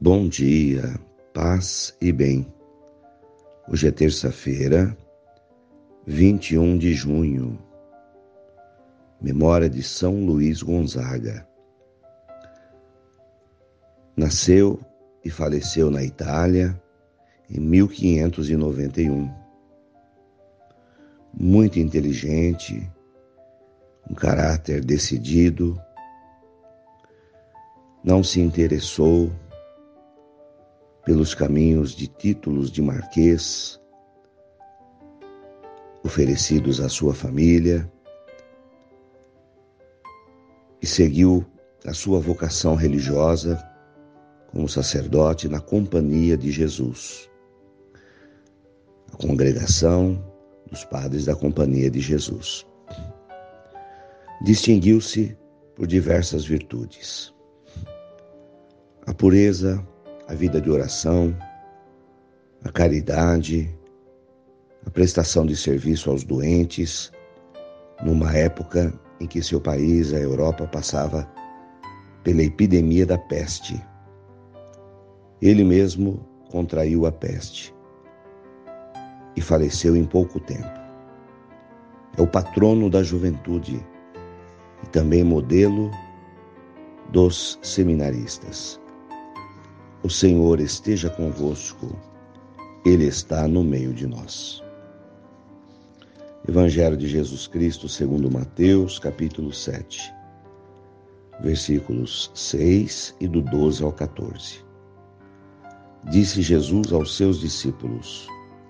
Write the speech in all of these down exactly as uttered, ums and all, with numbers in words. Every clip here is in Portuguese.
Bom dia, paz e bem. Hoje é terça-feira, vinte e um de junho, memória de São Luís Gonzaga. Nasceu e faleceu na Itália em mil quinhentos e noventa e um. Muito inteligente, um caráter decidido, não se interessou pelos caminhos de títulos de marquês oferecidos à sua família e seguiu a sua vocação religiosa como sacerdote na Companhia de Jesus, a congregação dos padres da Companhia de Jesus. Distinguiu-se por diversas virtudes: a pureza, a vida de oração, a caridade, a prestação de serviço aos doentes, numa época em que seu país, a Europa, passava pela epidemia da peste. Ele mesmo contraiu a peste e faleceu em pouco tempo. É o patrono da juventude e também modelo dos seminaristas. O Senhor esteja convosco, Ele está no meio de nós. Evangelho de Jesus Cristo segundo Mateus, capítulo sete, versículos seis e do doze ao quatorze. Disse Jesus aos seus discípulos: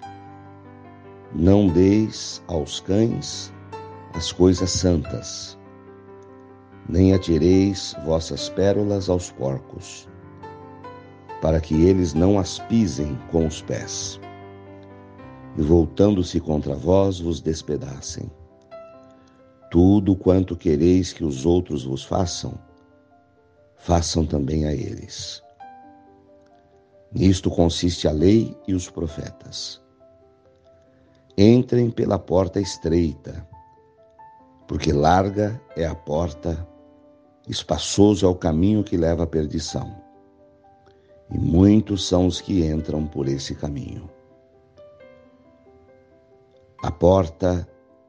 Não deis aos cães as coisas santas, nem atireis vossas pérolas aos porcos, para que eles não as pisem com os pés, e voltando-se contra vós vos despedacem. Tudo quanto quereis que os outros vos façam, façam também a eles. Nisto consiste a lei e os profetas. Entrem pela porta estreita, porque larga é a porta, espaçoso é o caminho que leva à perdição, e muitos são os que entram por esse caminho. A porta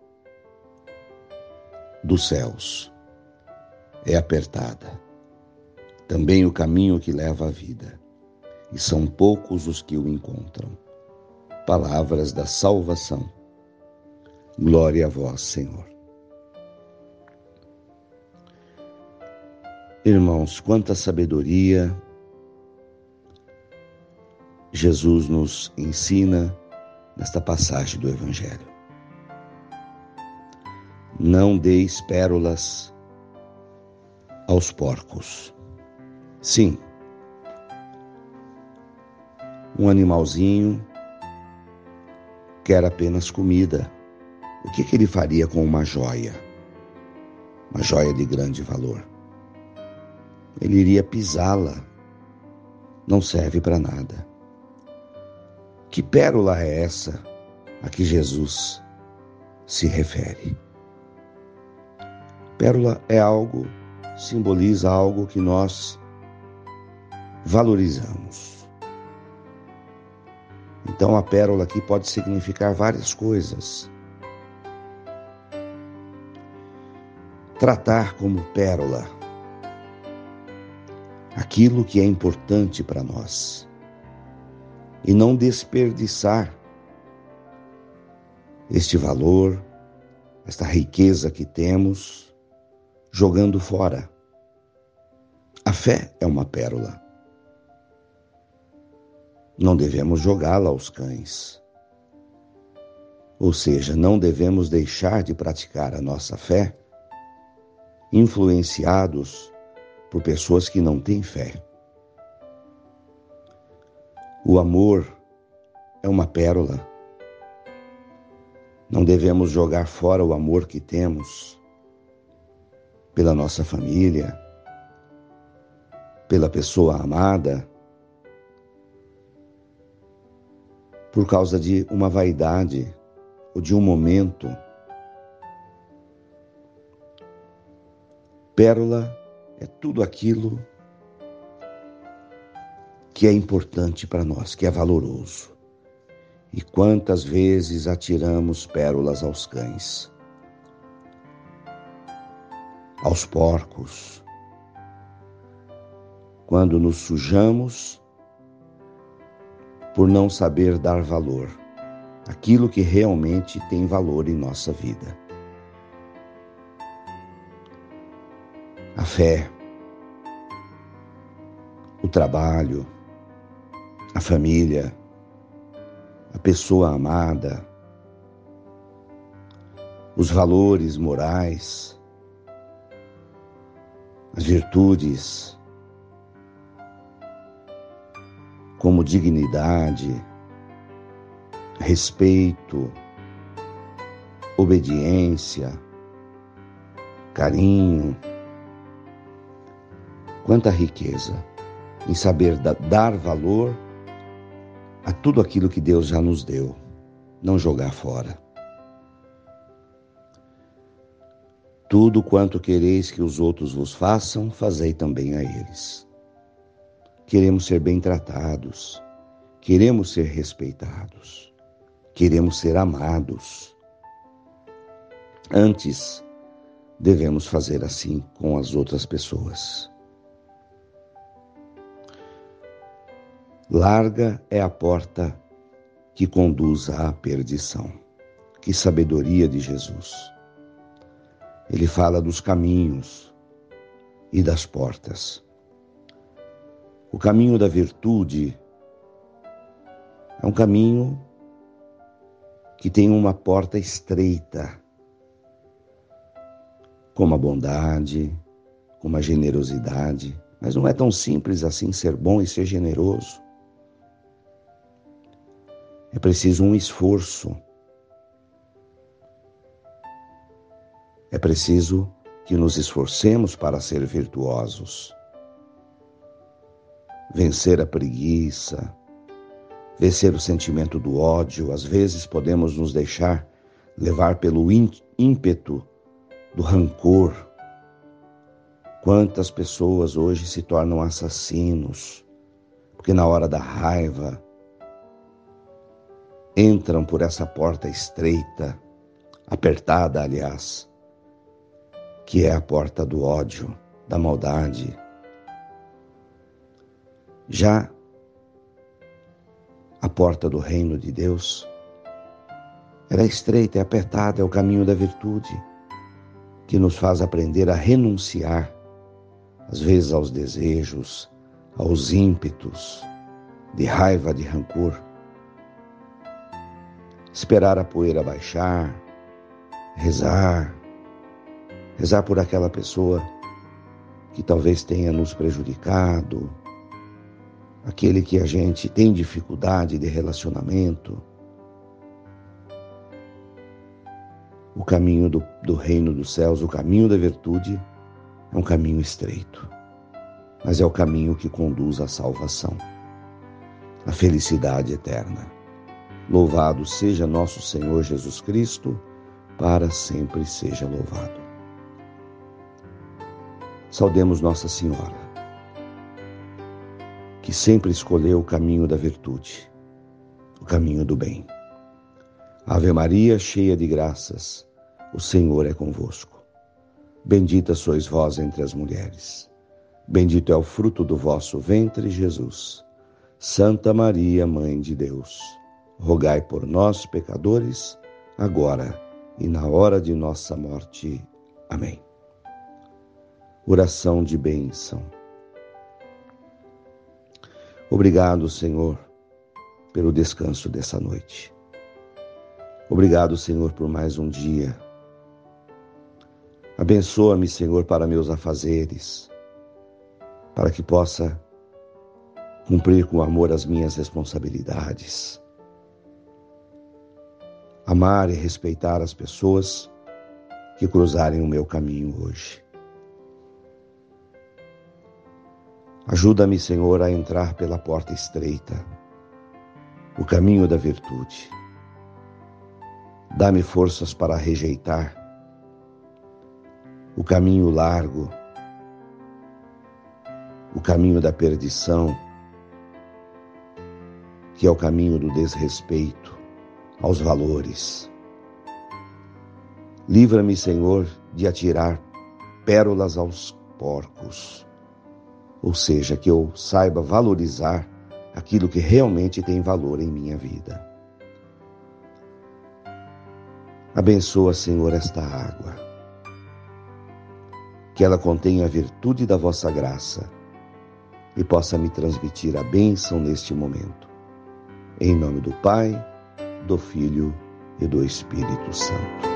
dos céus é apertada, também o caminho que leva à vida, e são poucos os que o encontram. Palavras da salvação. Glória a vós, Senhor. Irmãos, quanta sabedoria Jesus nos ensina nesta passagem do Evangelho. Não deis pérolas aos porcos. Sim, um animalzinho quer apenas comida. O que, que ele faria com uma joia? Uma joia de grande valor? Ele iria pisá-la. Não serve para nada. Que pérola é essa a que Jesus se refere? Pérola é algo, simboliza algo que nós valorizamos. Então a pérola aqui pode significar várias coisas. Tratar como pérola aquilo que é importante para nós e não desperdiçar este valor, esta riqueza que temos, jogando fora. A fé é uma pérola. Não devemos jogá-la aos cães. Ou seja, não devemos deixar de praticar a nossa fé influenciados por pessoas que não têm fé. O amor é uma pérola. Não devemos jogar fora o amor que temos pela nossa família, pela pessoa amada, por causa de uma vaidade ou de um momento. Pérola é tudo aquilo que é importante para nós, que é valoroso. E quantas vezes atiramos pérolas aos cães, aos porcos, quando nos sujamos por não saber dar valor àquilo que realmente tem valor em nossa vida. A fé, o trabalho, a família, a pessoa amada, os valores morais, as virtudes, como dignidade, respeito, obediência, carinho. Quanta riqueza em saber dar valor a tudo aquilo que Deus já nos deu, não jogar fora. Tudo quanto quereis que os outros vos façam, fazei também a eles. Queremos ser bem tratados, queremos ser respeitados, queremos ser amados. Antes, devemos fazer assim com as outras pessoas. Larga é a porta que conduz à perdição. Que sabedoria de Jesus! Ele fala dos caminhos e das portas. O caminho da virtude é um caminho que tem uma porta estreita, como a bondade, como a generosidade, mas não é tão simples assim ser bom e ser generoso. É preciso um esforço. É preciso que nos esforcemos para ser virtuosos. Vencer a preguiça, vencer o sentimento do ódio. Às vezes podemos nos deixar levar pelo ímpeto do rancor. Quantas pessoas hoje se tornam assassinos, porque na hora da raiva entram por essa porta estreita, apertada, aliás, que é a porta do ódio, da maldade. Já a porta do reino de Deus, ela é estreita, é apertada, é o caminho da virtude, que nos faz aprender a renunciar, às vezes aos desejos, aos ímpetos de raiva, de rancor. Esperar a poeira baixar, rezar, rezar por aquela pessoa que talvez tenha nos prejudicado, aquele que a gente tem dificuldade de relacionamento. O caminho do, do reino dos céus, o caminho da virtude, é um caminho estreito, mas é o caminho que conduz à salvação, à felicidade eterna. Louvado seja nosso Senhor Jesus Cristo, para sempre seja louvado. Saudemos Nossa Senhora, que sempre escolheu o caminho da virtude, o caminho do bem. Ave Maria, cheia de graças, o Senhor é convosco. Bendita sois vós entre as mulheres. Bendito é o fruto do vosso ventre, Jesus. Santa Maria, Mãe de Deus, rogai por nós, pecadores, agora e na hora de nossa morte. Amém. Oração de bênção. Obrigado, Senhor, pelo descanso dessa noite. Obrigado, Senhor, por mais um dia. Abençoa-me, Senhor, para meus afazeres, para que possa cumprir com amor as minhas responsabilidades. Amar e respeitar as pessoas que cruzarem o meu caminho hoje. Ajuda-me, Senhor, a entrar pela porta estreita, o caminho da virtude. Dá-me forças para rejeitar o caminho largo, o caminho da perdição, que é o caminho do desrespeito aos valores. Livra-me, Senhor, de atirar pérolas aos porcos, ou seja, que eu saiba valorizar aquilo que realmente tem valor em minha vida. Abençoa, Senhor, esta água, que ela contenha a virtude da vossa graça e possa me transmitir a bênção neste momento. Em nome do Pai, do Filho e do Espírito Santo.